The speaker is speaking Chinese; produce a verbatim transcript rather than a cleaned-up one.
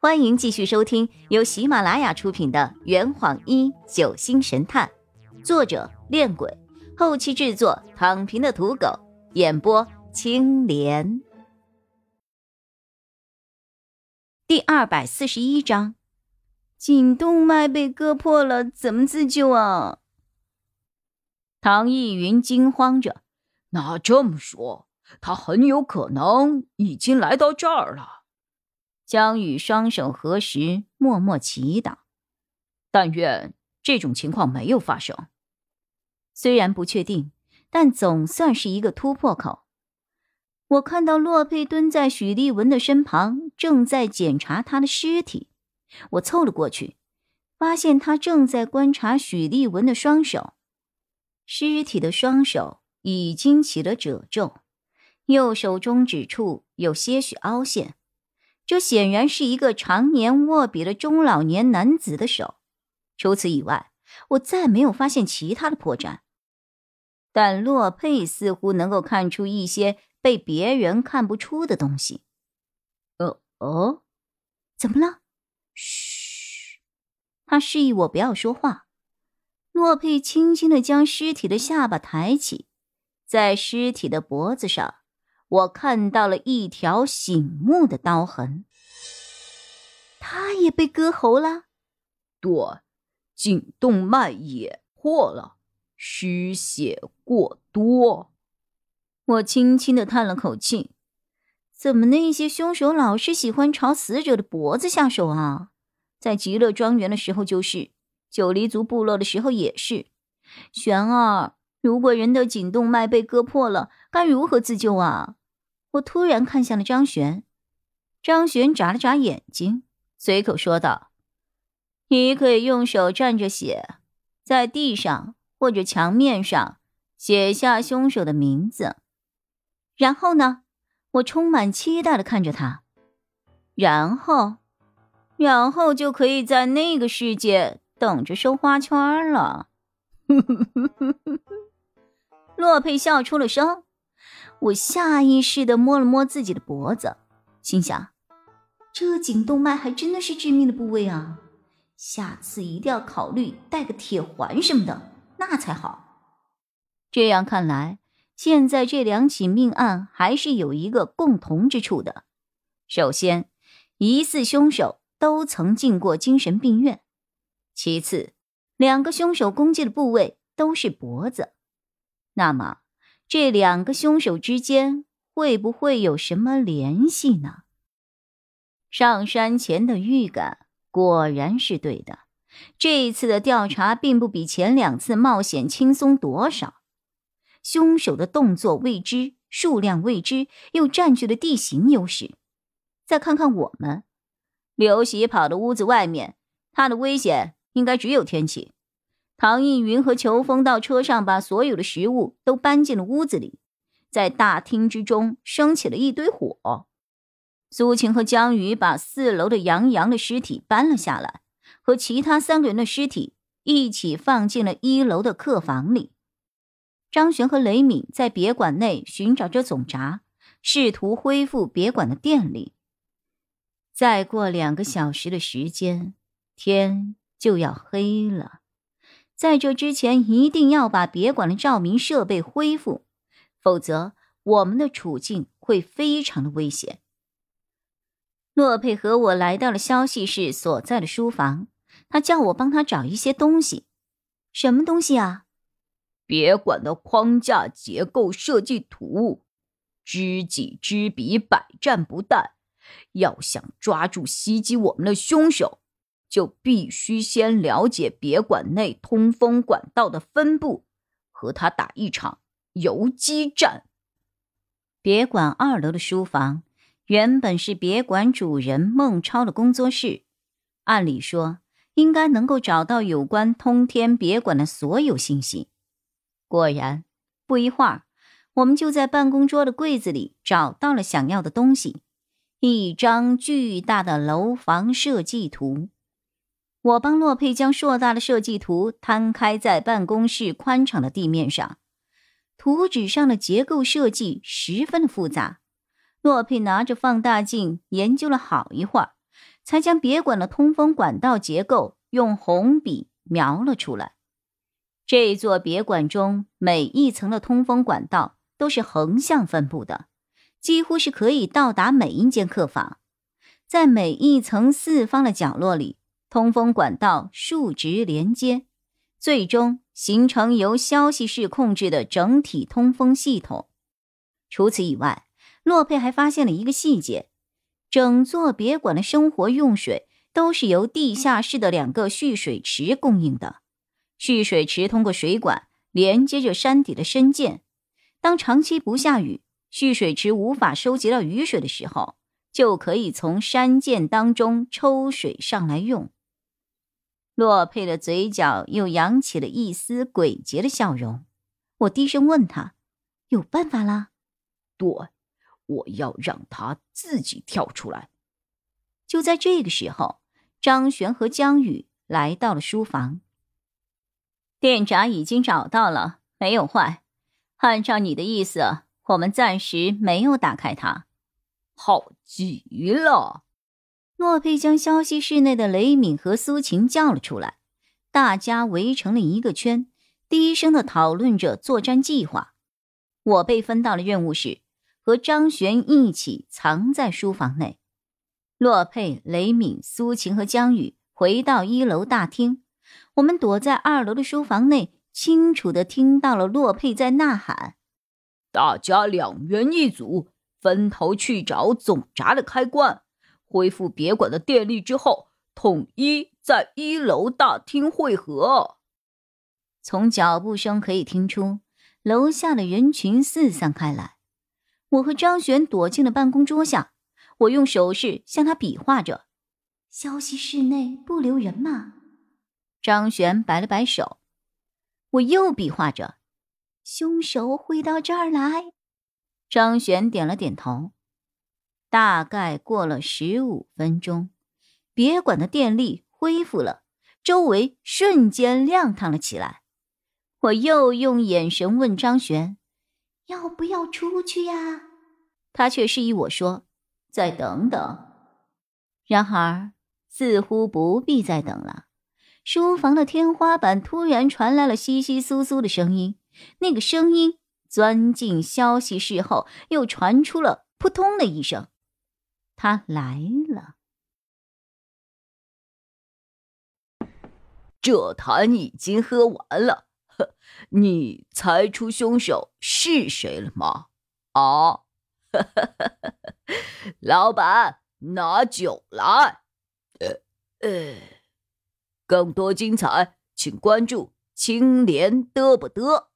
欢迎继续收听由喜马拉雅出品的《圆谎一九星神探》，作者恋鬼，后期制作躺平的土狗，演播青莲。第二百四十一章，颈动脉被割破了，怎么自救啊？唐逸云惊慌着， 那这么说，他很有可能已经来到这儿了。 江宇双手合十，默默祈祷， 但愿这种情况没有发生。 虽然不确定，但总算是一个突破口。我看到洛佩蹲在许丽文的身旁，正在检查她的尸体。我凑了过去，发现他正在观察许丽文的双手。尸体的双手已经起了褶皱，右手中指处有些许凹陷，这显然是一个常年握笔的中老年男子的手。除此以外，我再没有发现其他的破绽。但洛佩似乎能够看出一些被别人看不出的东西。 呃哦， 怎么了？嘘，他示意我不要说话。洛佩轻轻地将尸体的下巴抬起，在尸体的脖子上，我看到了一条醒目的刀痕。他也被割喉了？ 对，颈动脉也破了，失血过多。 我轻轻地叹了口气，怎么那些凶手老是喜欢朝死者的脖子下手啊？在极乐庄园的时候就是，九黎族部落的时候也是。玄儿，如果人的颈动脉被割破了，该如何自救啊？我突然看向了张璇。张璇眨了眨眼睛，随口说道：你可以用手蘸着血，在地上或者墙面上写下凶手的名字。然后呢？我充满期待地看着他。然后然后就可以在那个世界等着收花圈了。洛佩笑出了声。我下意识地摸了摸自己的脖子，心想，这颈动脉还真的是致命的部位啊，下次一定要考虑带个铁环什么的，那才好。这样看来，现在这两起命案还是有一个共同之处的。首先，疑似凶手都曾进过精神病院。其次，两个凶手攻击的部位都是脖子。那么，这两个凶手之间会不会有什么联系呢？上山前的预感果然是对的，这一次的调查并不比前两次冒险轻松多少。凶手的动作未知，数量未知，又占据了地形优势。再看看我们，刘喜跑到屋子外面，他的危险应该只有天启。唐逸云和裘风到车上把所有的食物都搬进了屋子里，在大厅之中升起了一堆火。苏晴和江宇把四楼的杨洋的尸体搬了下来，和其他三个人的尸体一起放进了一楼的客房里。张璇和雷敏在别馆内寻找着总闸，试图恢复别馆的电力。再过两个小时的时间，天就要黑了。在这之前一定要把别馆的照明设备恢复，否则我们的处境会非常的危险。洛佩和我来到了消息室所在的书房，他叫我帮他找一些东西。什么东西啊？ 别馆的框架结构设计图，知己知彼，百战不殆。要想抓住袭击我们的凶手，就必须先了解别馆内通风管道的分布，和他打一场游击战。 别馆二楼的书房原本是别馆主人孟超的工作室，按理说应该能够找到有关通天别馆的所有信息。果然，不一会儿，我们就在办公桌的柜子里找到了想要的东西，一张巨大的楼房设计图。我帮洛佩将硕大的设计图摊开在办公室宽敞的地面上，图纸上的结构设计十分的复杂。洛佩拿着放大镜研究了好一会儿， 才将别馆的通风管道结构用红笔描了出来。这座别馆中每一层的通风管道都是横向分布的，几乎是可以到达每一间客房。在每一层四方的角落里，通风管道竖直连接，最终形成由消息室控制的整体通风系统。除此以外，洛佩还发现了一个细节，整座别馆的生活用水都是由地下室的两个蓄水池供应的。蓄水池通过水管连接着山底的深涧，当长期不下雨，蓄水池无法收集到雨水的时候，就可以从山涧当中抽水上来用。洛佩的嘴角又扬起了一丝诡谲的笑容。我低声问他，有办法啦？ 对，我要让他自己跳出来。 就在这个时候，张璇和江宇来到了书房。电闸已经找到了，没有坏。按照你的意思，我们暂时没有打开它。 好极了！ 洛佩将消息室内的雷敏和苏晴叫了出来，大家围成了一个圈，低声地讨论着作战计划。我被分到了任务是和张璇一起藏在书房内。洛佩、雷敏、苏晴和江宇回到一楼大厅，我们躲在二楼的书房内，清楚地听到了洛佩在呐喊： 大家两员一组，分头去找总闸的开关，恢复别馆的电力之后，统一在一楼大厅会合。 从脚步声可以听出，楼下的人群四散开来。我和张璇躲进了办公桌下，我用手势向他比划着：消息室内不留人嘛。张璇摆了摆手。我又比划着：凶手会到这儿来。张璇点了点头。大概过了十五分钟，别馆的电力恢复了，周围瞬间亮堂了起来。我又用眼神问张璇，要不要出去呀？他却示意我说，再等等。然而似乎不必再等了，书房的天花板突然传来了窸窸窣窣的声音，那个声音钻进消息室后，又传出了扑通的一声。他来了。 这坛已经喝完了，呵，你猜出凶手是谁了吗？啊，老板，拿酒来。呃呃，更多精彩，请关注青莲嘚不嘚。